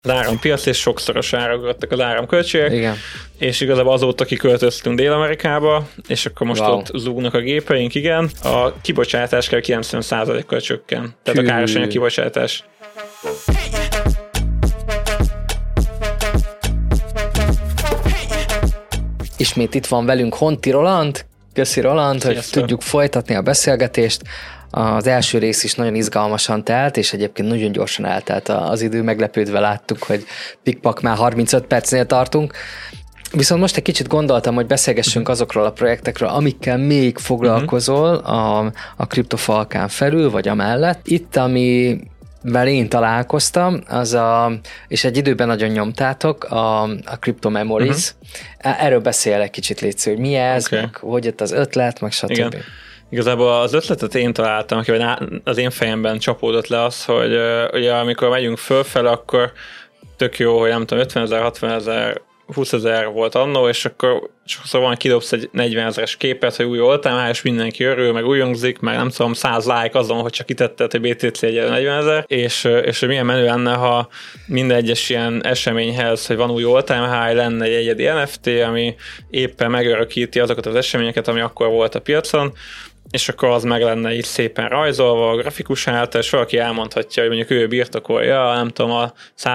az árampiac, és sokszorosára ugrottak az áramköltségek. Igen. És igazából azóta kiköltöztünk Dél-Amerikába, és akkor most ott zúgnak a gépeink, igen. A kibocsátás kell 90%-kal csökken. Tehát a károsanyag kibocsátás. Ismét itt van velünk Honti Roland. Köszi Roland, hogy tudjuk folytatni a beszélgetést. Az első rész is nagyon izgalmasan telt, és egyébként nagyon gyorsan eltelt az idő, meglepődve láttuk, hogy pikpak már 35 percnél tartunk. Viszont most egy kicsit gondoltam, hogy beszélgessünk azokról a projektekről, amikkel még foglalkozol a CryptoFalcán felül, vagy amellett. Itt, amivel én találkoztam, és egy időben nagyon nyomtátok, a Crypto Memories. Erről beszél egy kicsit, Léci, hogy mi ez, meg hogy jött az ötlet, meg stb. Igen. Igazából az ötletet én találtam, vagy az én fejemben csapódott le az, hogy ugye amikor megyünk fölfele, akkor tök jó, hogy nem tudom, 50 000, 60 000, 20 000 volt annó, és akkor sokszor van, kidobsz egy 40 000-es képet, hogy új oltám, és mindenki örül, meg újongzik, meg nem tudom, 100 like azon, hogy csak kitetted, hogy BTC egy 40 000, és hogy milyen menő lenne, ha minden egyes ilyen eseményhez, hogy van új oltám high, lenne egy egyedi NFT, ami éppen megörökíti azokat az eseményeket, ami akkor volt a piacon, és akkor az meg lenne így szépen rajzolva a grafikus által, és valaki elmondhatja, hogy mondjuk ő birtokolja, nem tudom, a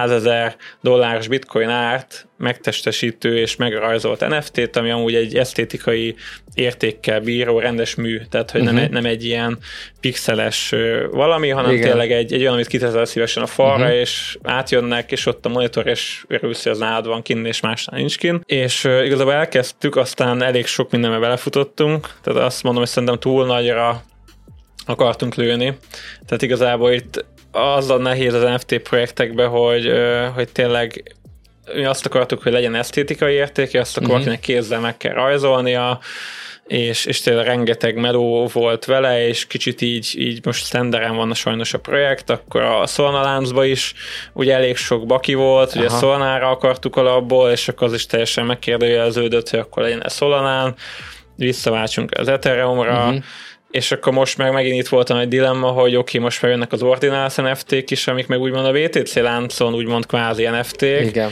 $100,000 bitcoin árt megtestesítő és megrajzolt NFT-t, ami amúgy egy esztétikai értékkel bíró rendes mű, tehát hogy nem egy ilyen pixeles valami, hanem tényleg egy olyan, amit kiteszel szívesen a falra, és átjönnek, és ott a monitor, és örülsz, hogy az nálad van kinn, és másnál nincs kinn. És igazából elkezdtük, aztán elég sok mindenbe belefutottunk, tehát azt mondom, hogy szerintem túl nagyra akartunk lőni. Tehát igazából itt az a nehéz az NFT projektekben, hogy tényleg mi azt akartuk, hogy legyen esztétikai értéke, azt akkor akinek kézzel meg kell rajzolnia, és tényleg rengeteg meló volt vele, és kicsit így most standeren van sajnos a projekt, akkor a Solana láncba is ugye elég sok baki volt, ugye Solanára akartuk alapból, és akkor az is teljesen megkérdőjeleződött, hogy akkor legyen Solanán, visszaváltsunk az Ethereumra, és akkor most megint itt voltam egy dilemma, hogy oké, most már jönnek az Ordinals NFT-k is, amik meg úgymond a BTC láncon úgymond kvázi NFT-k. Igen.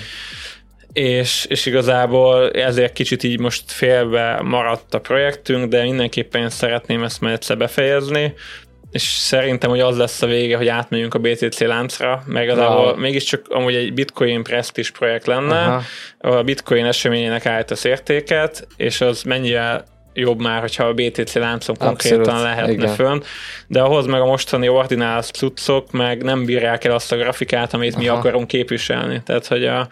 És igazából ezért kicsit így most félbe maradt a projektünk, de mindenképpen szeretném ezt majd egyszer befejezni, és szerintem, hogy az lesz a vége, hogy átmegyünk a BTC láncra, meg igazából mégiscsak amúgy egy Bitcoin Prestige projekt lenne, a Bitcoin eseményének állítasz értéket, és az mennyire jobb már, hogyha a BTC láncon konkrétan lehetne fönn, de ahhoz meg a mostani Ordinals cuccok meg nem bírják el azt a grafikát, amit mi akarunk képviselni. Tehát, hogy a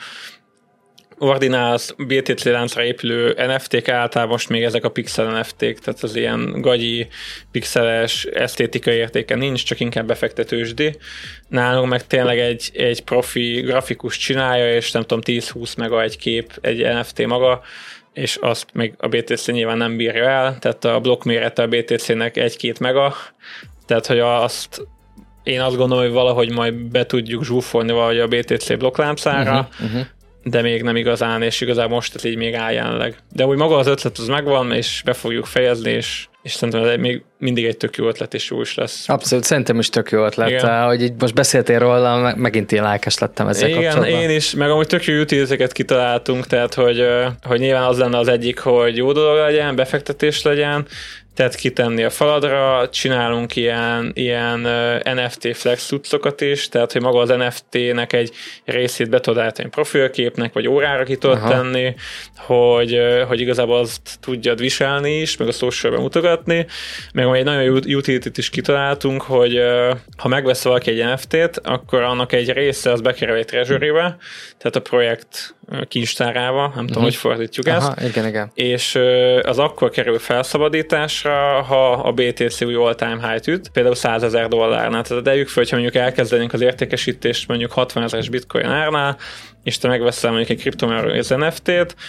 Ordinals BTC láncra épülő NFT-k általában most még ezek a pixel NFT-k, tehát az ilyen gagyi, pixeles esztétikai értéke nincs, csak inkább befektetősdi. Nálunk meg tényleg egy profi grafikus csinálja, és nem tudom, 10-20 mega egy kép, egy NFT maga, és azt még a BTC nyilván nem bírja el, tehát a blokk mérete a BTC-nek 1-2 mega, tehát hogy én azt gondolom, hogy valahogy majd be tudjuk zsúfolni valahogy a BTC blokkláncára, de még nem igazán, és igazából most ez így még áll jelenleg. De úgy maga az ötlet az megvan, és be fogjuk fejezni, és szerintem ez még mindig egy tök jó ötlet, és jó is lesz. Abszolút, szerintem is tök jó ötlet. Hogy így most beszéltél róla, megint ilyen lelkes lettem ezzel kapcsolatban. Igen, én is, meg amúgy tök jó utility-eket kitaláltunk, tehát hogy nyilván az lenne az egyik, hogy jó dolog legyen, befektetés legyen, tehát kitenni a faladra, csinálunk ilyen NFT flex cuccokat is, tehát hogy maga az NFT-nek egy részét be tudod állítani profilképnek, vagy órára ki tudod tenni, hogy igazából azt tudjad viselni is, meg a socialben mutogatni, meg egy nagyon jó utility-t is kitaláltunk, hogy ha megvesz valaki egy NFT-t, akkor annak egy része az bekerül egy treasury-be, tehát a projekt kincstárába, nem tudom, hogy fordítjuk ezt. Igen. És az akkor kerül felszabadításra, ha a BTC új all-time high-t üt, például $100,000. Tehát tegyük fel, hogyha mondjuk elkezdenénk az értékesítést mondjuk 60 000-es bitcoin árnál, és te megveszel mondjuk egy CryptoMemories NFT-t,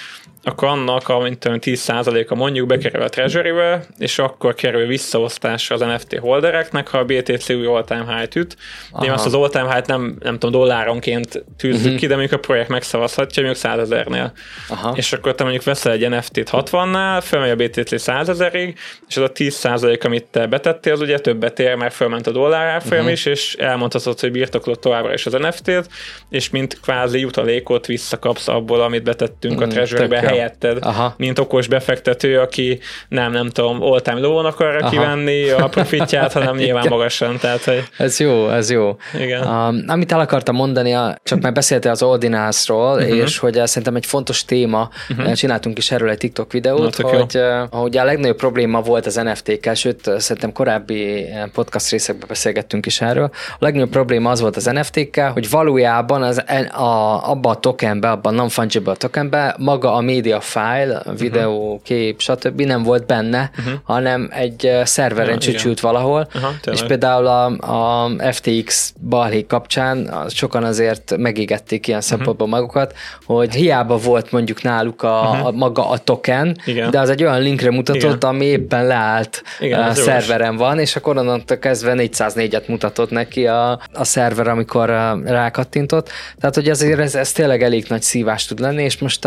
akkor annak a 10%-a mondjuk bekerül a Treasury-be, és akkor kerül visszaosztásra az NFT holdereknek, ha a BTC új all-time high-t üt. Én azt az all-time high-t nem tudom, dolláronként tűzzük ki, de mondjuk a projekt megszavazhatja, mondjuk 100 000-nél. És akkor te mondjuk veszel egy NFT-t 60-nál, fölmegy a BTC 100 000-ig, és az a 10%, amit te betettél, az ugye többet ér, mert fölment a dollár árfolyam is, és elmondhatod, hogy birtoklod továbbra is az NFT-t, és mint kvázi jutalékot visszakapsz abból, amit betettünk a Treasury-be helyetted, mint okos befektető, aki nem tudom, all-time low-on akarja kivenni a profitját, hanem nyilván magasan. Tehát, hogy... Ez jó. Igen. Amit el akartam mondani, csak már beszéltél az Ordinals-ról, és hogy szerintem egy fontos téma, csináltunk is erről egy TikTok videót, hogy a legnagyobb probléma volt az NFT-kkel, sőt, szerintem korábbi podcast részekben beszélgettünk is erről. A legnagyobb probléma az volt az NFT-kkel, hogy valójában abba a tokenbe, abban a non-fungible tokenbe maga a media file, videó, kép, stb. Nem volt benne, hanem egy szerveren csücsült valahol, és például a FTX balhé kapcsán sokan azért megégették ilyen szempontból magukat, hogy hiába volt mondjuk náluk maga a token, de az egy olyan linkre mutatott, ami éppen leállt szerveren van, és akkor onnantól kezdve 404-et mutatott neki a szerver, amikor rákattintott. Tehát, hogy azért ez tényleg elég nagy szívás tud lenni, és most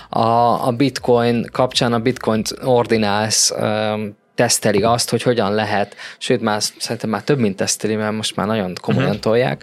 a Bitcoin kapcsán a Bitcoin Ordinals teszteli azt, hogy hogyan lehet, sőt szerintem már több mint teszteli, mert most már nagyon komolyan tolják,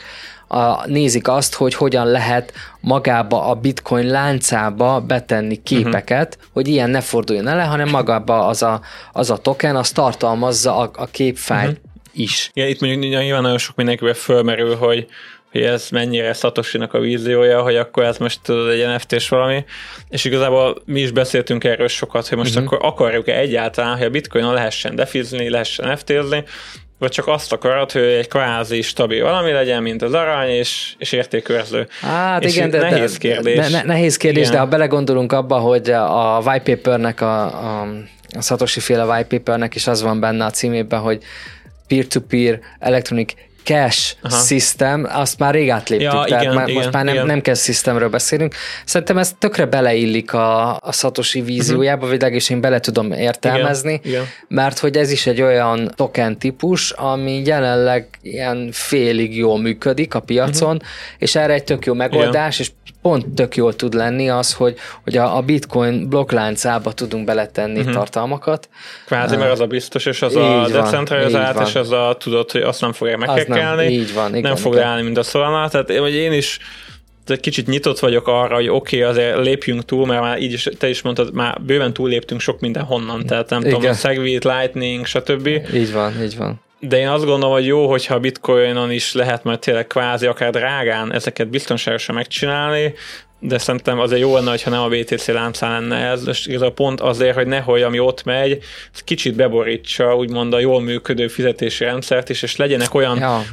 nézik azt, hogy hogyan lehet magába a Bitcoin láncába betenni képeket, hogy ilyen ne forduljon ele, hanem magába az a token, az tartalmazza a képfájlt is. Igen, itt mondjuk nyilván nagyon sok mindenkiben fölmerül, hogy ez mennyire Satoshi-nak a víziója, hogy akkor ez most egy NFT-s valami, és igazából mi is beszéltünk erről sokat, hogy most akkor akarjuk-e egyáltalán, hogy a Bitcoinon lehessen defizni, lehessen NFT-zni, vagy csak azt akarod, hogy egy kvázi stabil valami legyen, mint az arany, és értékőrző. Hát és igen, de nehéz kérdés. Nehéz kérdés, igen. De ha belegondolunk abba, hogy a white papernek, a Satoshi-féle white papernek is az van benne a címében, hogy peer-to-peer electronic cash system, azt már rég átléptük, tehát igen, most már nem cash systemről beszélünk. Szerintem ez tökre beleillik a Satoshi víziójába, vagy legalábbis én bele tudom értelmezni, igen. Mert hogy ez is egy olyan token típus, ami jelenleg ilyen félig jól működik a piacon, és erre egy tök jó megoldás, és pont tök jól tud lenni az, hogy a Bitcoin blokkláncába tudunk beletenni tartalmakat. Kvázi, mert az a biztos, és az a decentralizált, és az a tudod, hogy azt nem fogják meghekkelni, nem fog leállni, mint a Solana. Tehát én is egy kicsit nyitott vagyok arra, hogy oké, azért lépjünk túl, mert már így is, te is mondtad, már bőven túlléptünk sok minden honnan, tehát nem tudom, a Segwit, Lightning, stb. Így van. De én azt gondolom, hogy jó, hogyha a Bitcoinon is lehet majd tényleg kvázi akár drágán ezeket biztonságosan megcsinálni, de szerintem azért jó lenne, hogyha nem a BTC láncán lenne ez, és igazából pont azért, hogy nehogy ami ott megy, kicsit beborítsa úgymond a jól működő fizetési rendszert is, és legyenek olyan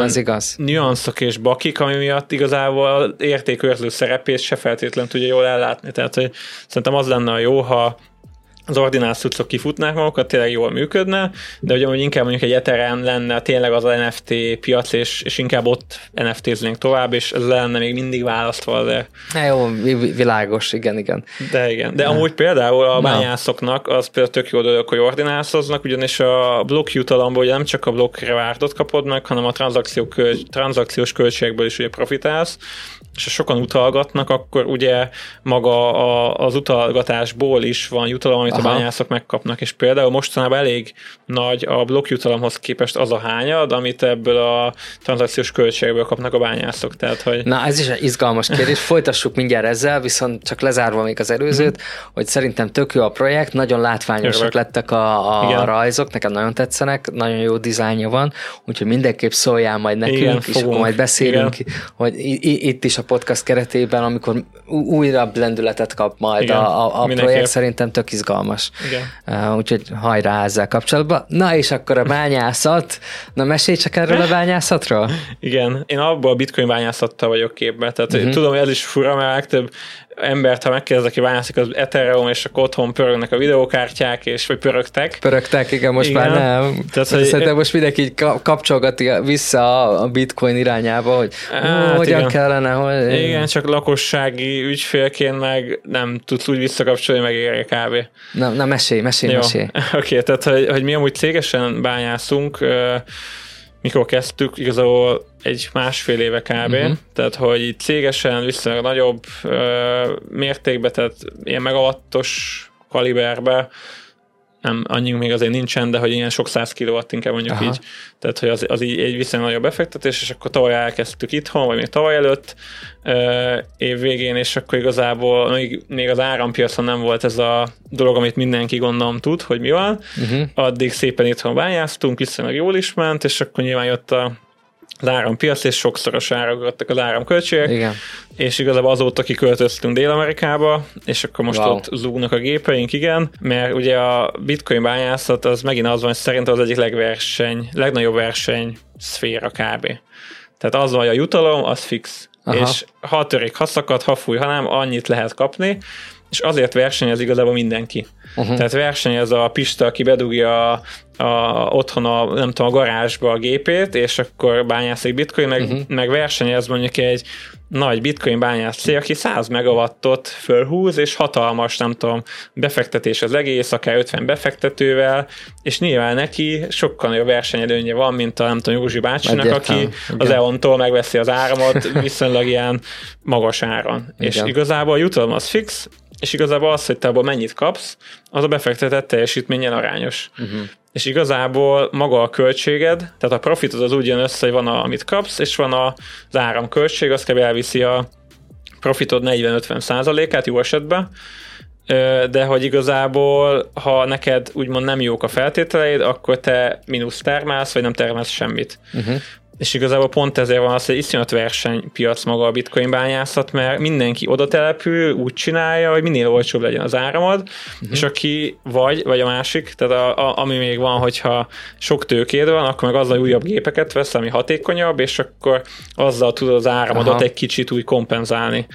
nüanszok és bakik, ami miatt igazából az értékőrző szerepét se feltétlenül tudja jól ellátni. Tehát hogy szerintem az lenne a jó, ha az Ordinals cuccok kifutnák magukat, tényleg jól működne, de ugye inkább mondjuk egy Ethereum lenne tényleg az NFT piac, és inkább ott NFT-znénk tovább, és ez lenne még mindig választva azért. Jó, világos, igen. De amúgy például a bányászoknak az például tök jó dolog, hogy ordinálszoznak, ugyanis a blokk jutalomból ugye nem csak a blokk rewardot kapod meg, hanem a tranzakciós költségekből is ugye profitálsz, és ha sokan utalgatnak, akkor ugye maga az utalgatásból is van jutalom, amit a bányászok megkapnak, és például mostanában elég nagy a blokkjutalomhoz képest az a hányad, amit ebből a tranzakciós költségből kapnak a bányászok. Tehát, hogy... Na, ez is egy izgalmas kérdés, folytassuk mindjárt ezzel, viszont csak lezárva még az előzőt, hogy szerintem tök jó a projekt, nagyon látványosak lettek a rajzok, nekem nagyon tetszenek, nagyon jó dizájnja van, úgyhogy mindenképp szóljál majd nekünk, és akkor majd beszélünk, hogy itt is a podcast keretében, amikor újra lendületet kap majd a projekt, szerintem tök izgalmas. Úgyhogy hajrá ezzel kapcsolatban. Na és akkor a bányászat. Na mesélj csak erről a bányászatról. Igen, én abból a bitcoin bányászattal vagyok képben. Tehát tudom, hogy ez is fura, mert legtöbb embert, ha megkérdez, aki bányászik az Ethereum, és akkor otthon pörögnek a videókártyák, vagy pörögtek. Pörögtek, igen, most igen. Már nem. Tehát, szerintem most mindenki így kapcsolgatja vissza a bitcoin irányába, hogy hogyan igen. kellene, hogy... Igen, csak lakossági ügyfélként meg nem tudsz úgy visszakapcsolni, meg érje kb. Na mesélj. Oké, tehát, hogy mi amúgy cégesen bányászunk, mikor kezdtük, igazából egy másfél éve kb. Tehát, hogy így cégesen viszonylag nagyobb mértékben, tehát ilyen megawattos kaliberbe, nem, annyink még azért nincsen, de hogy ilyen sok 100 kilowatt inkább mondjuk így. Tehát, hogy az így egy viszonylag nagyobb befektetés, és akkor tavaly elkezdtük itthon, vagy még tavaly előtt év végén, és akkor igazából még az árampiacon nem volt ez a dolog, amit mindenki gondolom tud, hogy mi van. Addig szépen itthon bányáztunk, viszonylag jól is ment, és akkor nyilván jött az árampiac, és sokszorosára ugrottak az áramköltségek. Igen. És igazából azóta kiköltöztünk Dél-Amerikába, és akkor most ott zúgnak a gépeink, igen, mert ugye a bitcoin bányászat az megint az van, hogy szerintem az egyik legnagyobb verseny szféra kb. Tehát az van, hogy a jutalom, az fix. És ha törik, ha szakad, ha fúj, ha nem, annyit lehet kapni, és azért versenyez igazából mindenki. Tehát versenyez a Pista, aki bedugja otthon a garázsba a gépét, és akkor bányászik bitcoin, meg versenyez mondjuk egy nagy bitcoin bányász cég, aki 100 megawattot fölhúz, és hatalmas, befektetés az egész, akár 50 befektetővel, és nyilván neki sokkal nagyobb versenyelőnye van, mint a Józsi bácsinak, aki az EON-tól megveszi az áramot viszonylag ilyen magas áron. És igazából a jutalom az fix, és igazából az, hogy te abból mennyit kapsz, az a befektetett teljesítményen arányos. És igazából maga a költséged, tehát a profitod az úgy jön össze, hogy van amit kapsz, és van az áramköltség, az kb. Elviszi a profitod 40-50%-át jó esetben, de hogy igazából, ha neked úgymond nem jók a feltételeid, akkor te mínusz termelsz, vagy nem termelsz semmit. És igazából pont ezért van az, hogy iszonyat versenypiac maga a bitcoin bányászat, mert mindenki oda települ, úgy csinálja, hogy minél olcsóbb legyen az áramod, és aki vagy a másik, tehát ami még van, hogyha sok tőkéd van, akkor meg azzal újabb gépeket vesz, ami hatékonyabb, és akkor azzal tudod az áramodot egy kicsit úgy kompenzálni.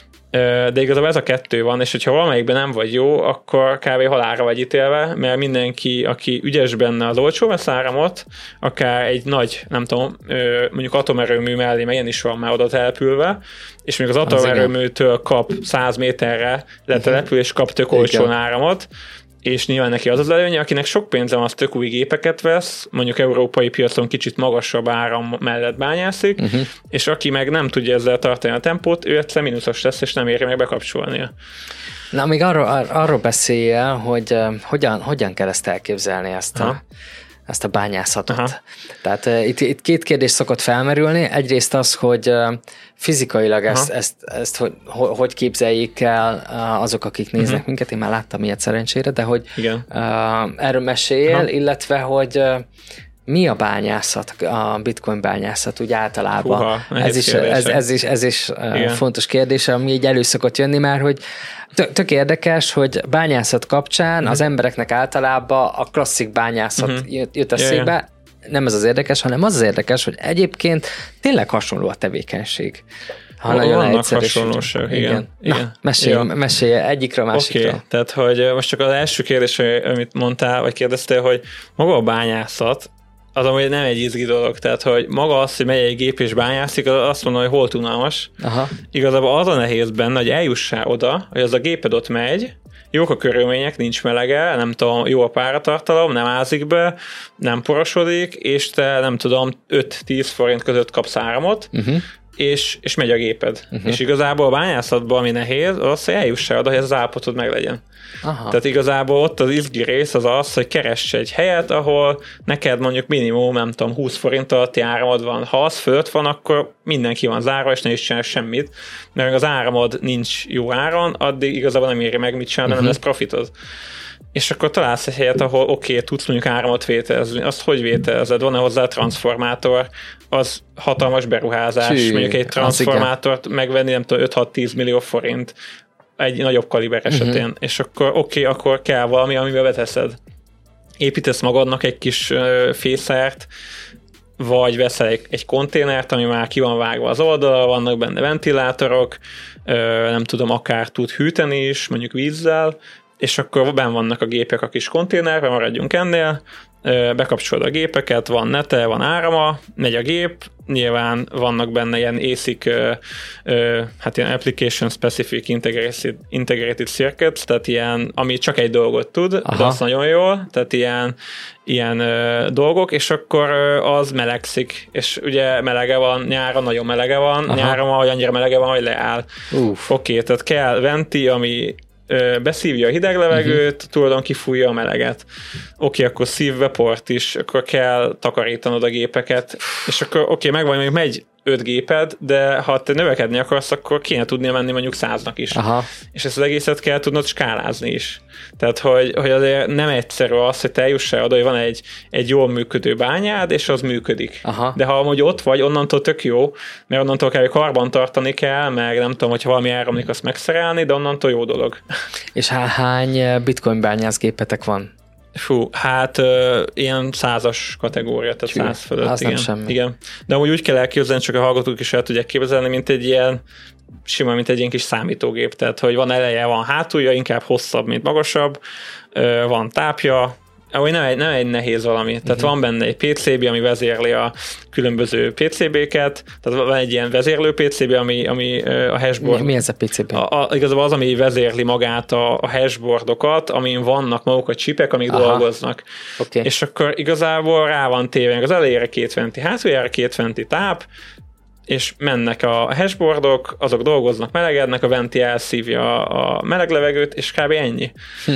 De igazából ez a kettő van, és hogyha valamelyikben nem vagy jó, akkor kb. Halálra vagy ítélve, mert mindenki, aki ügyes benne az olcsó vesz áramot, akár egy nagy, nem tudom, mondjuk atomerőmű mellé, mert ilyen is van már oda települve, és még az atomerőműtől kap 100 méterre letelepül, és kap tök olcsón áramot, és nyilván neki az előnye, akinek sok pénze van, az tök új gépeket vesz, mondjuk európai piacon kicsit magasabb áram mellett bányászik, és aki meg nem tudja ezzel tartani a tempót, ő egyszer mínuszos lesz, és nem éri meg bekapcsolnia. Na, még arról beszélje, hogy hogyan kell ezt elképzelni, ezt a bányászatot. Tehát itt két kérdés szokott felmerülni. Egyrészt az, hogy fizikailag ezt hogy képzeljék el azok, akik néznek minket. Én már láttam ilyet szerencsére, de hogy erről meséljél, illetve hogy mi a bányászat, a bitcoin bányászat úgy általában? Ez is fontos kérdés, ami így elő szokott jönni, mert hogy tök érdekes, hogy bányászat kapcsán az embereknek általában a klasszik bányászat jut eszébe. Nem ez az érdekes, hanem az érdekes, hogy egyébként tényleg hasonló a tevékenység. Vannak hasonlóság, igen. Na, mesélj egyikre a másikra. Oké, tehát hogy most csak az első kérdés, amit mondtál, vagy kérdeztél, hogy maga a bányászat, az amúgy nem egy izgi dolog, tehát hogy maga az, hogy megy egy gép és bányászik, az azt mondom, hogy hol unalmas. Igazából az a nehéz benne, hogy eljussál oda, hogy az a géped ott megy, jók a körülmények, nincs melege, nem tudom, jó a páratartalom, nem ázik be, nem porosodik, és te nem tudom, 5-10 forint között kapsz áramot, és megy a géped. És igazából a bányászatban, ami nehéz, az, hogy eljussál oda, hogy az állapotod meglegyen. Tehát igazából ott az izgi rész az, hogy keress egy helyet, ahol neked mondjuk minimum, nem tudom, 20 forint alatti áramod van. Ha az fölött van, akkor mindenki van zárva, és ne is csinál semmit, mert az áramod nincs jó áron, addig igazából nem éri meg mit csinálni, nem lesz profitod. És akkor találsz egy helyet, ahol tudsz mondjuk áramot vételezni. Azt hogy vételezed? Van-e hozzá transformátor? Az hatalmas beruházás. Mondjuk egy transformátort megvenni, nem tudom, 5-6-10 millió forint egy nagyobb kaliber esetén. És akkor akkor kell valami, amiben beteszed. Építesz magadnak egy kis fészert, vagy veszel egy konténert, ami már ki van vágva az oldala, vannak benne ventilátorok, nem tudom, akár tud hűteni is, mondjuk vízzel, és akkor benn vannak a gépek a kis konténerben, maradjunk ennél, bekapcsolod a gépeket, van nete, van árama, megy a gép, nyilván vannak benne ilyen ASIC, hát ilyen Application Specific Integrated Circuits, tehát ilyen, ami csak egy dolgot tud, de az nagyon jól, tehát ilyen dolgok, és akkor az melegszik, és ugye melege van, nyáron nagyon melege van, nyáron vagy annyira melege van, hogy leáll. Oké, tehát kell venti, ami beszívja a hideg levegőt, tulajdonképpen kifújja a meleget. Oké, akkor szívbe port is, akkor kell takarítanod a gépeket, és akkor megvan, hogy megy 5 géped, de ha te növekedni akarsz, akkor kéne tudnia menni mondjuk 100-nak is. És ezt az egészet kell tudnod skálázni is. Tehát, hogy azért nem egyszerű az, hogy te eljussál oda, hogy van egy jól működő bányád, és az működik. De ha amúgy ott vagy, onnantól tök jó, mert onnantól kell, hogy karban tartani kell, meg nem tudom, hogyha valami elromlik, azt megszerelni, de onnantól jó dolog. És hány bitcoin bányászgépetek van? Fú, hát ilyen 100-as kategória, tehát 100 fölött. Az nem semmi. Igen. De amúgy úgy kell elképzelni, csak a hallgatók is el tudják képzelni, mint egy ilyen sima, mint egy ilyen kis számítógép, tehát hogy van eleje, van hátulja, inkább hosszabb, mint magasabb, van tápja, ahogy nem egy nehéz valami. Tehát van benne egy PCB, ami vezérli a különböző PCB-ket, tehát van egy ilyen vezérlő PCB, ami a hashboard... Mi ez a PCB? Igazából az, ami vezérli magát a hashboardokat, amin vannak maguk a csipek, amik dolgoznak. És akkor igazából rá van téve az elejére 220, hátuljára 220 táp, és mennek a hashboardok, azok dolgoznak, melegednek, a venti elszívja a meleg levegőt, és kb. Ennyi.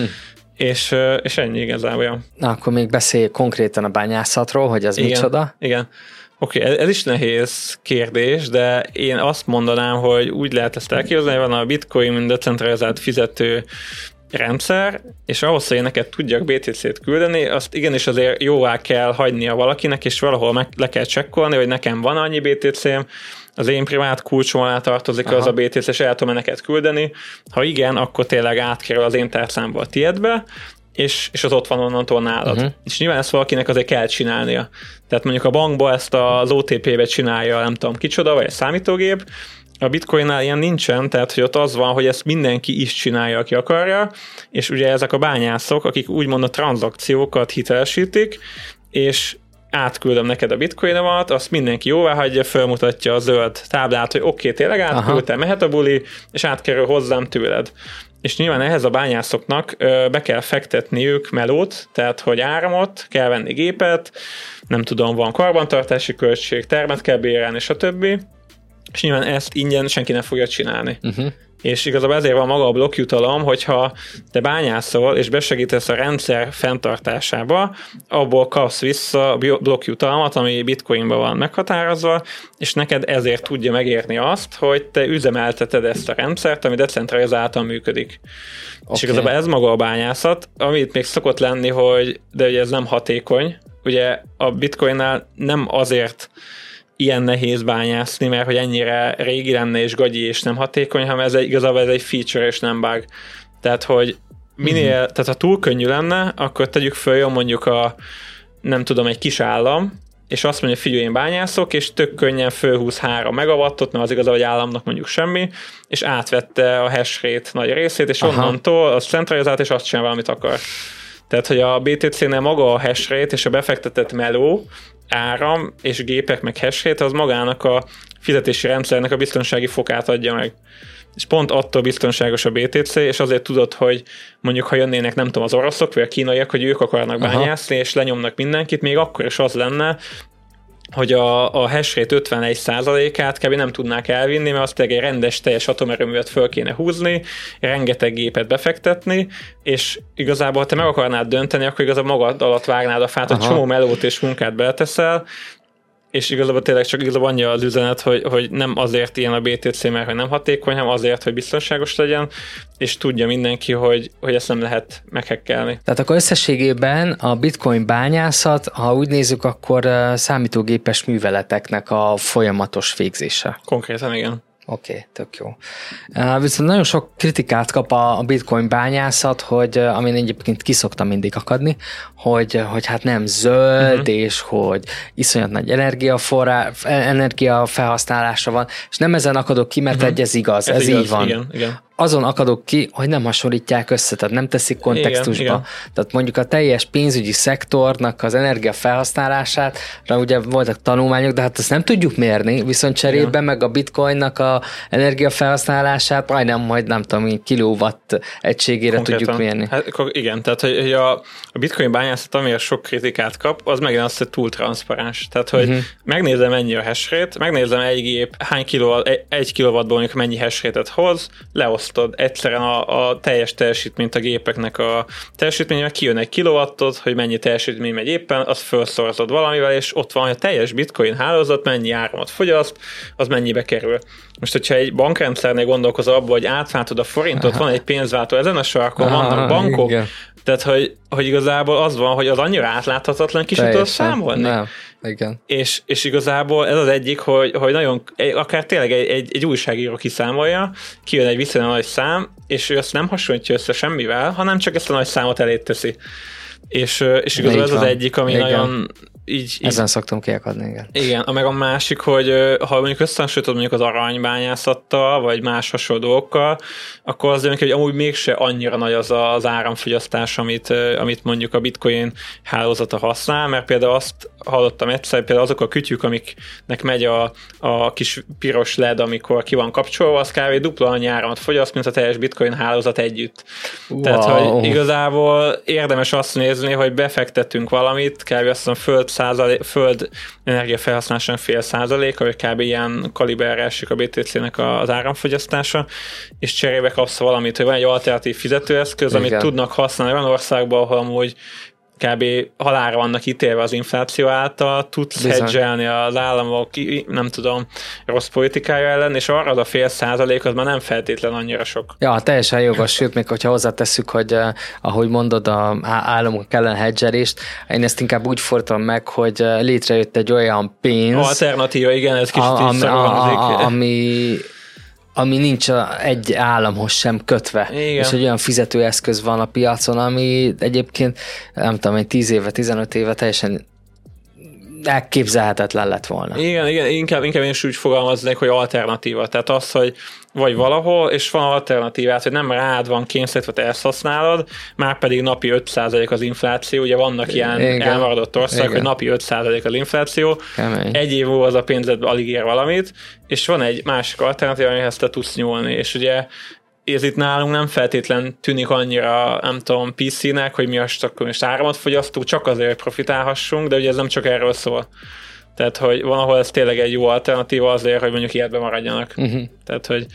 És ennyi igazából. Ja. Na, akkor még beszélj konkrétan a bányászatról, hogy ez micsoda. Igen. Oké, ez is nehéz kérdés, de én azt mondanám, hogy úgy lehet ezt elképzelni, van a Bitcoin, mint decentralizált fizető rendszer, és ahhoz, hogy én neked tudjak BTC-t küldeni, azt igenis azért jóvá kell hagynia valakinek, és valahol le kell csekkolni, hogy nekem van annyi BTC-m, az én privát kulcsom alá tartozik az a BTC, és el tudom neked küldeni. Ha igen, akkor tényleg átkerül az én tárcámba a tiédbe, és az ott van onnantól nálad. És nyilván ezt valakinek azért kell csinálnia. Tehát mondjuk a bankba ezt az OTP-be csinálja, nem tudom kicsoda, vagy egy számítógép, a Bitcoinnál ilyen nincsen, tehát hogy ott az van, hogy ezt mindenki is csinálja, aki akarja, és ugye ezek a bányászok, akik úgymond a tranzakciókat hitelesítik, és átküldöm neked a bitcoinomat, azt mindenki jóváhagyja, felmutatja a zöld táblát, hogy oké, tényleg átküldtem, mehet a buli, és átkerül hozzám tőled. És nyilván ehhez a bányászoknak be kell fektetniük melót, tehát hogy áramot, kell venni gépet, nem tudom, van karbantartási költség, termet kell bérelni, stb. És nyilván ezt ingyen senki nem fogja csinálni. És igazából ezért van maga a blokkjutalom, hogyha te bányászol és besegítesz a rendszer fenntartásába, abból kapsz vissza blokkjutalmat, ami bitcoinban van meghatározva, és neked ezért tudja megérni azt, hogy te üzemelteted ezt a rendszert, ami decentralizáltan működik. És igazából ez maga a bányászat, amit még szokott lenni, de ugye ez nem hatékony. Ugye a bitcoinnál nem azért ilyen nehéz bányászni, mert hogy ennyire régi lenne és gagyi és nem hatékony, hanem igazából ez egy feature és nem bug. Tehát, hogy tehát ha túl könnyű lenne, akkor tegyük föl, mondjuk nem tudom, egy kis állam, és azt mondja, figyelj, én bányászok, és tök könnyen fölhúz 3 megawattot, mert az igaz, hogy államnak mondjuk semmi, és átvette a hash rate nagy részét, és onnantól az centralizált, és azt csinál, amit akar. Tehát, hogy a BTC-nél maga a hash rate és a befektetett meló, áram és gépek meg hash rate, az magának a fizetési rendszernek a biztonsági fokát adja meg. És pont attól biztonságos a BTC, és azért tudod, hogy mondjuk ha jönnének, nem tudom, az oroszok vagy a kínaiak, hogy ők akarnak bányászni, és lenyomnak mindenkit, még akkor is az lenne, hogy a hash rate 51%-át kb. Nem tudnák elvinni, mert azt egy rendes teljes atomerőművet föl kéne húzni, rengeteg gépet befektetni, és igazából, ha te meg akarnád dönteni, akkor igazából magad alatt vágnád a fát, hogy csomó melót és munkát beleteszel, és igazából tényleg csak igazából annyi az üzenet, hogy nem azért ilyen a BTC, mert hogy nem hatékony, hanem azért, hogy biztonságos legyen, és tudja mindenki, hogy ezt nem lehet meghekkelni. Tehát akkor összességében a bitcoin bányászat, ha úgy nézzük, akkor számítógépes műveleteknek a folyamatos végzése. Konkrétan igen. Oké, tök jó. Viszont nagyon sok kritikát kap a bitcoin bányászat, hogy amin egyébként kiszoktam mindig akadni, hogy hát nem zöld, és hogy iszonyat nagy energia felhasználása van, és nem ezen akadok ki, mert ez igaz, ez igaz, így van. Igen. Azon akadok ki, hogy nem hasonlítják össze, tehát nem teszik kontextusba. Igen. Tehát mondjuk a teljes pénzügyi szektornak az energia felhasználását, ugye voltak tanulmányok, de hát ezt nem tudjuk mérni, viszont cserében meg a bitcoinnak a energia felhasználását majd nem tudom, kilowatt egységére konkrétan tudjuk mérni. Hát, igen, tehát hogy a bitcoin bányászat, amire sok kritikát kap, az megint az, hogy túl transzparens. Tehát, hogy megnézem mennyi a hash rate, megnézem egy gép hány egy kilowattból mondjuk mennyi hash rate-et hoz, leosztod egyszerűen a teljes teljesítményt a gépeknek a teljesítménye, kijön egy kilowattot, hogy mennyi teljesítmény megy éppen, azt felszorzod valamivel, és ott van, hogy a teljes bitcoin hálózat mennyi áramot fogyaszt, az mennyibe kerül. Most, hogyha egy bankrendszernél gondolkozol abba, hogy átváltod a forintot, van egy pénzváltó ezen a sarkon, vannak bankok, igen. Tehát, hogy igazából az van, hogy az annyira átláthatatlan, ki sem tudod számolni. Nem. Igen. És igazából ez az egyik, hogy nagyon, akár tényleg egy újságíró kiszámolja, kijön egy viszonylag nagy szám, és ő azt nem hasonlítja össze semmivel, hanem csak ezt a nagy számot elé teszi. És igazából ez az egyik, ami igen. Nagyon így... Ezen szoktam kiakadni, igen. Igen, meg a másik, hogy ha mondjuk összehasonlítod mondjuk az aranybányászattal, vagy más hasonló dolgokkal, akkor az hogy amúgy mégse annyira nagy az áramfogyasztás, amit mondjuk a bitcoin hálózata használ, mert például azt hallottam egyszer, például azok a kütyük, amiknek megy a kis piros LED, amikor ki van kapcsolva, az kb. Dupla annyi áramot fogyaszt, mint a teljes bitcoin hálózat együtt. Wow. Tehát, hogy igazából érdemes azt nézni, hogy befektetünk valamit, kb. Azt mondom, föld energiafelhasználásának 0,5%, vagy kb. Ilyen kaliberre esik a BTC-nek az áramfogyasztása, és cserébe kapsz valamit, hogy van egy alternatív fizetőeszköz, igen. Amit tudnak használni olyan országban, ahol amúgy kb. Halálra vannak ítélve az infláció által, tudsz hedgelni az államok, nem tudom, rossz politikája ellen, és arra az a 0,5% az már nem feltétlen annyira sok. Ja, teljesen jogos, sőt, még hogyha hozzátesszük, hogy ahogy mondod, az államok ellen hedgelést, én ezt inkább úgy fordítom meg, hogy létrejött egy olyan pénz. Alternatíva, igen, ez kicsit így szagolódik. Ami nincs egy államhoz sem kötve. Igen. És egy olyan fizetőeszköz van a piacon, ami egyébként, nem tudom, egy 10 éve, 15 éve teljesen elképzelhetetlen lett volna. Igen, inkább én is úgy fogalmaznék, hogy alternatíva. Tehát az, hogy vagy valahol, és van alternatívát, hogy nem rád van kényszerítve, te ezt használod, már pedig napi 5% az infláció, ugye vannak ilyen elmaradott országok, hogy napi 5% az infláció, kemény. Egy év múlva az a pénzed alig ér valamit, és van egy másik alternatíva, amihez te tudsz nyúlni, és ugye ez itt nálunk nem feltétlen tűnik annyira, nem tudom, PC-nek, hogy mi akkor most áramot fogyasztunk, csak azért, hogy profitálhassunk, de ugye ez nem csak erről szól. Tehát, hogy van, ahol ez tényleg egy jó alternatíva azért, hogy mondjuk életben maradjanak. Tehát, hogy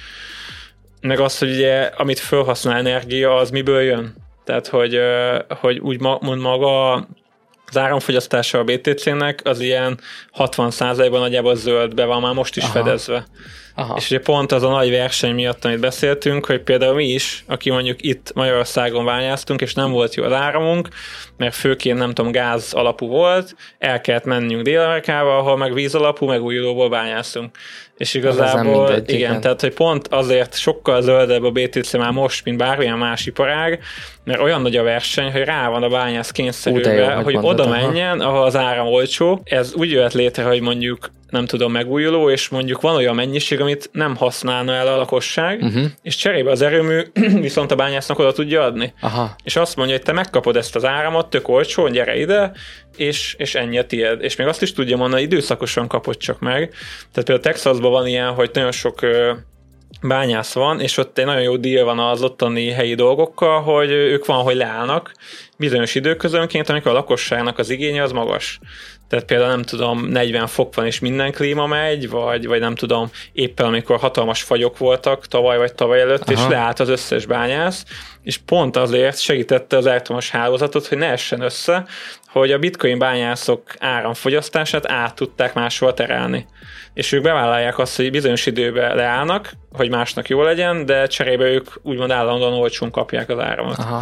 meg az, hogy ugye, amit felhasznál energia, az miből jön? Tehát, hogy úgy mond maga az áramfogyasztása a BTC-nek az ilyen 60%-ban nagyjából zöldbe van már most is fedezve. Aha. És ugye pont az a nagy verseny miatt, amit beszéltünk, hogy például mi is, aki mondjuk itt Magyarországon bányáztunk, és nem volt jó az áramunk, mert főként nem tudom, gáz alapú volt, el kellett mennünk Dél-Amerikába, ahol meg víz alapú, megújulóból bányáztunk. És igazából, mindegy, igen, tehát hogy pont azért sokkal zöldebb a BTC már most, mint bármilyen más iparág, mert olyan nagy a verseny, hogy rá van a bányász kényszerülve, hogy oda menjen, ahol az áram olcsó. Ez úgy jöhet létre, hogy mondjuk nem tudom, megújuló, és mondjuk van olyan mennyiség, amit nem használna el a lakosság, és cserébe az erőmű viszont a bányásznak oda tudja adni. Aha. És azt mondja, hogy te megkapod ezt az áramot, tök olcsó, gyere ide, és ennyi a tiéd. És még azt is tudja mondani, időszakosan kapod csak meg. Tehát például Texasban van ilyen, hogy nagyon sok bányász van, és ott egy nagyon jó deal van az ottani helyi dolgokkal, hogy ők van, hogy leállnak bizonyos időközönként, amikor a lakosságnak az igénye az magas. Tehát például nem tudom, 40 fok van és minden klíma megy, vagy nem tudom, éppen amikor hatalmas fagyok voltak tavaly vagy tavaly előtt, és leállt az összes bányász, és pont azért segítette az elektromos hálózatot, hogy ne essen össze, hogy a bitcoin bányászok áramfogyasztását át tudták máshol terelni. És ők bevállalják azt, hogy bizonyos időben leállnak, hogy másnak jó legyen, de cserébe ők úgymond állandóan olcsón kapják az áramot. Aha.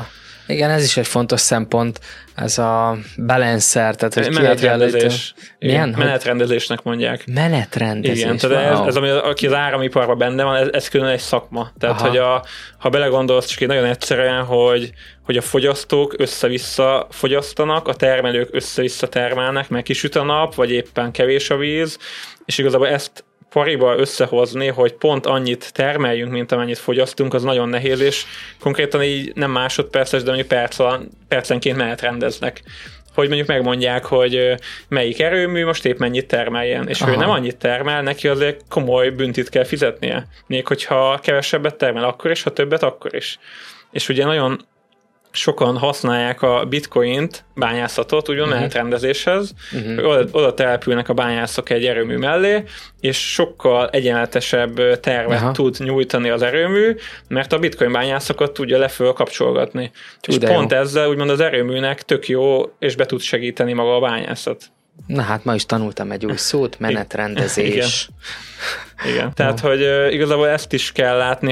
Igen, ez is egy fontos szempont, ez a balancer, tehát hogy menetrendezés. Milyen? Menetrendezésnek mondják. Menetrendezés, igen, tehát ez ami aki az áramiparban benne van, ez külön egy szakma. Tehát, hogy ha belegondolsz, csak nagyon egyszerűen, hogy a fogyasztók össze-vissza fogyasztanak, a termelők össze-vissza termelnek, mert kisüt a nap, vagy éppen kevés a víz, és igazából ezt pariba összehozni, hogy pont annyit termeljünk, mint amennyit fogyasztunk, az nagyon nehéz, és konkrétan így nem másodperces, de mondjuk percenként menetrendeznek. Hogy mondjuk megmondják, hogy melyik erőmű most épp mennyit termeljen, és hogy nem annyit termel, neki azért komoly büntit kell fizetnie. Még hogyha kevesebbet termel, akkor is, ha többet, akkor is. És ugye nagyon sokan használják a bitcoint, bányászatot, úgymond menetrendezéshez, oda települnek a bányászok egy erőmű mellé, és sokkal egyenletesebb tervet tud nyújtani az erőmű, mert a bitcoin bányászokat tudja leföl kapcsolgatni. És pont ezzel úgymond az erőműnek tök jó, és be tud segíteni maga a bányászat. Na hát ma is tanultam egy új szót, menetrendezés. Igen. Tehát, hogy igazából ezt is kell látni,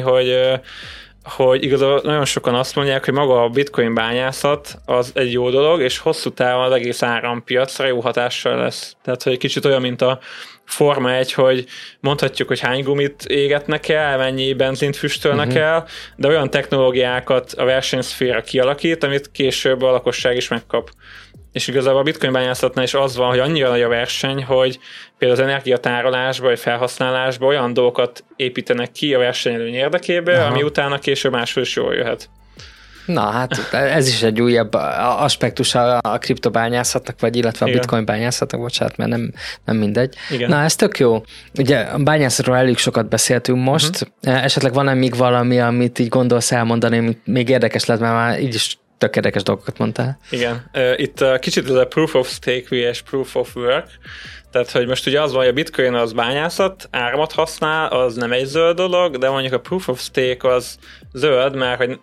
hogy igazából nagyon sokan azt mondják, hogy maga a bitcoin bányászat az egy jó dolog, és hosszú távon az egész árampiacra jó hatással lesz. Tehát, hogy egy kicsit olyan, mint a Forma 1, hogy mondhatjuk, hogy hány gumit égetnek el, mennyi benzint füstölnek el, de olyan technológiákat a versenyszféra kialakít, amit később a lakosság is megkap. És igazából a bitcoin bányászatnál is az van, hogy annyira nagy a verseny, hogy például az energiatárolásba vagy felhasználásba olyan dolgokat építenek ki a versenyelőny érdekébe, ami utána később máshol is jól jöhet. Na hát ez is egy újabb aspektus a kriptobányászatnak, vagy illetve a bitcoin bányászatnak, bocsánat, mert nem mindegy. Igen. Na ez tök jó. Ugye a bányászatról elég sokat beszéltünk most. Esetleg van-e még valami, amit így gondolsz elmondani, amit még érdekes lett, mert már így is tök érdekes dolgokat mondtál. Igen. Itt kicsit ez a proof of stake vs. proof of work. Tehát, hogy most ugye az van, hogy a bitcoin az bányászat, áramot használ, az nem egy zöld dolog, de mondjuk a proof of stake az zöld, mert hogy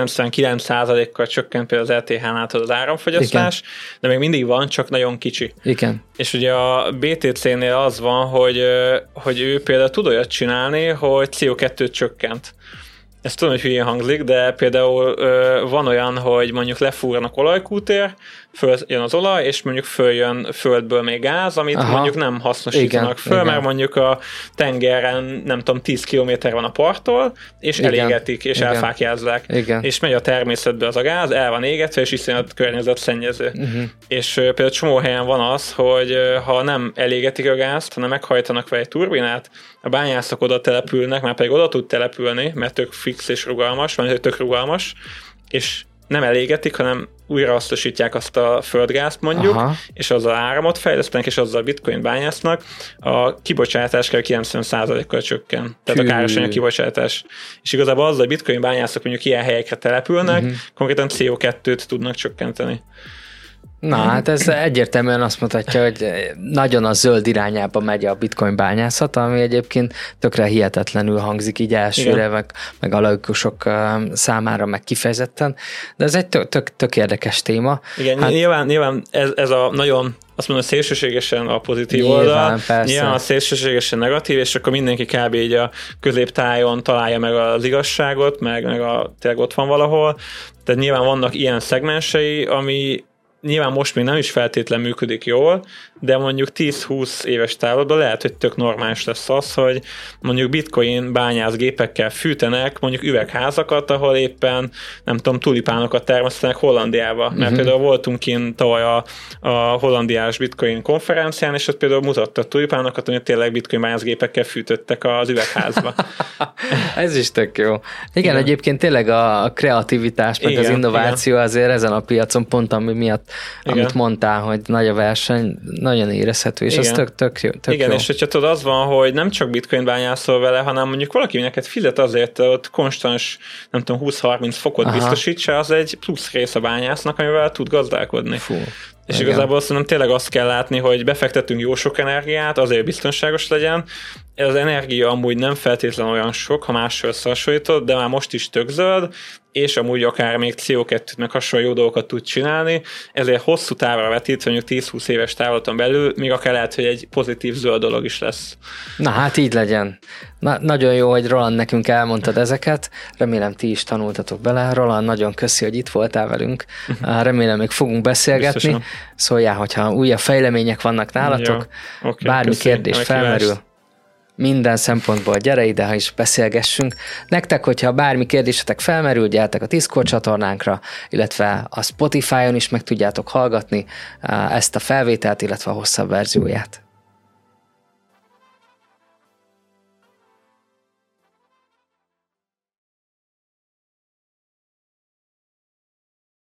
99%-kal csökkent például az ETH-nál az áramfogyasztás, de még mindig van, csak nagyon kicsi. Igen. És ugye a BTC-nél az van, hogy ő például tud olyat csinálni, hogy CO2-t csökkent. Ezt tudom, hogy hülyén hangzik, de például van olyan, hogy mondjuk lefúrnak olajkútér, följön az olaj, és mondjuk följön földből még gáz, amit mondjuk nem hasznosítanak föl, mert mondjuk a tengeren, nem tudom, 10 kilométer van a parttól, és elégetik, és elfákjázzák. És megy a természetbe az a gáz, el van égetve, és iszonyat környezetszennyező. És például csomó helyen van az, hogy ha nem elégetik a gázt, hanem meghajtanak vele egy turbinát, a bányászok oda települnek, már pedig oda tud települni, mert tök fix és rugalmas, vagy tök rugalmas, és nem elégetik, hanem újrahasznosítják azt a földgázt mondjuk, és azzal áramot fejlesztenek, és azzal bitcoin bányásznak, a kibocsátás kell 90%-kal csökken. Tehát a károsanyag kibocsátás. És igazából azzal a bitcoin bányászok mondjuk ilyen helyekre települnek, konkrétan CO2-t tudnak csökkenteni. Na, hát ez egyértelműen azt mutatja, hogy nagyon a zöld irányába megy a bitcoin bányászat, ami egyébként tökre hihetetlenül hangzik így elsőre, meg a laikusok számára meg kifejezetten, de ez egy tök érdekes téma. Igen, hát, nyilván ez a nagyon, azt mondom, szélsőségesen a pozitív oldal, nyilván a szélsőségesen negatív, és akkor mindenki kb. Így a középtájon találja meg az igazságot, meg tényleg ott van valahol, tehát nyilván vannak ilyen szegmensei, ami nyilván most még nem is feltétlen működik jól, de mondjuk 10-20 éves távlatban lehet, hogy tök normális lesz az, hogy mondjuk bitcoin bányászgépekkel fűtenek mondjuk üvegházakat, ahol éppen, nem tudom, tulipánokat termesztenek Hollandiába. Mert például voltunk kint tavaly a hollandiás bitcoin konferencián, és ott például mutatta tulipánokat, hogy tényleg bitcoin bányászgépekkel fűtöttek az üvegházba. Ez is tök jó. Igen, egyébként tényleg a kreativitás, meg az innováció azért ezen a piacon pont ami miatt, amit mondtál, hogy nagy a verseny, nagyon érezhető, és ez tök jó. Igen, és hogyha tudod, az van, hogy nem csak bitcoin bányászol vele, hanem mondjuk valaki neked fizet azért, ott konstans, nem tudom, 20-30 fokot biztosítsa, az egy plusz rész a bányásznak, amivel tud gazdálkodni. És igazából szerintem tényleg azt kell látni, hogy befektetünk jó sok energiát, azért biztonságos legyen, az energia amúgy nem feltétlenül olyan sok, ha mással összehasonlítod, de már most is tök zöld, és amúgy akár még CO2-t meg hasonló jó dolgokat tud csinálni, ezért hosszú távra vetít, mondjuk 10-20 éves távlaton belül, még akár lehet, hogy egy pozitív zöld dolog is lesz. Na hát így legyen. Nagyon jó, hogy Roland nekünk elmondtad ezeket, remélem ti is tanultatok bele. Roland, nagyon köszi, hogy itt voltál velünk. Remélem még fogunk beszélgetni. Biztosan. Szóljál, hogyha újabb fejlemények vannak nálatok, bármi kérdés felmerül. Minden szempontból gyere ide, ha is beszélgessünk. Nektek, hogyha bármi kérdésetek felmerül, gyertek a Discord csatornánkra, illetve a Spotify-on is meg tudjátok hallgatni ezt a felvételt, illetve a hosszabb verzióját.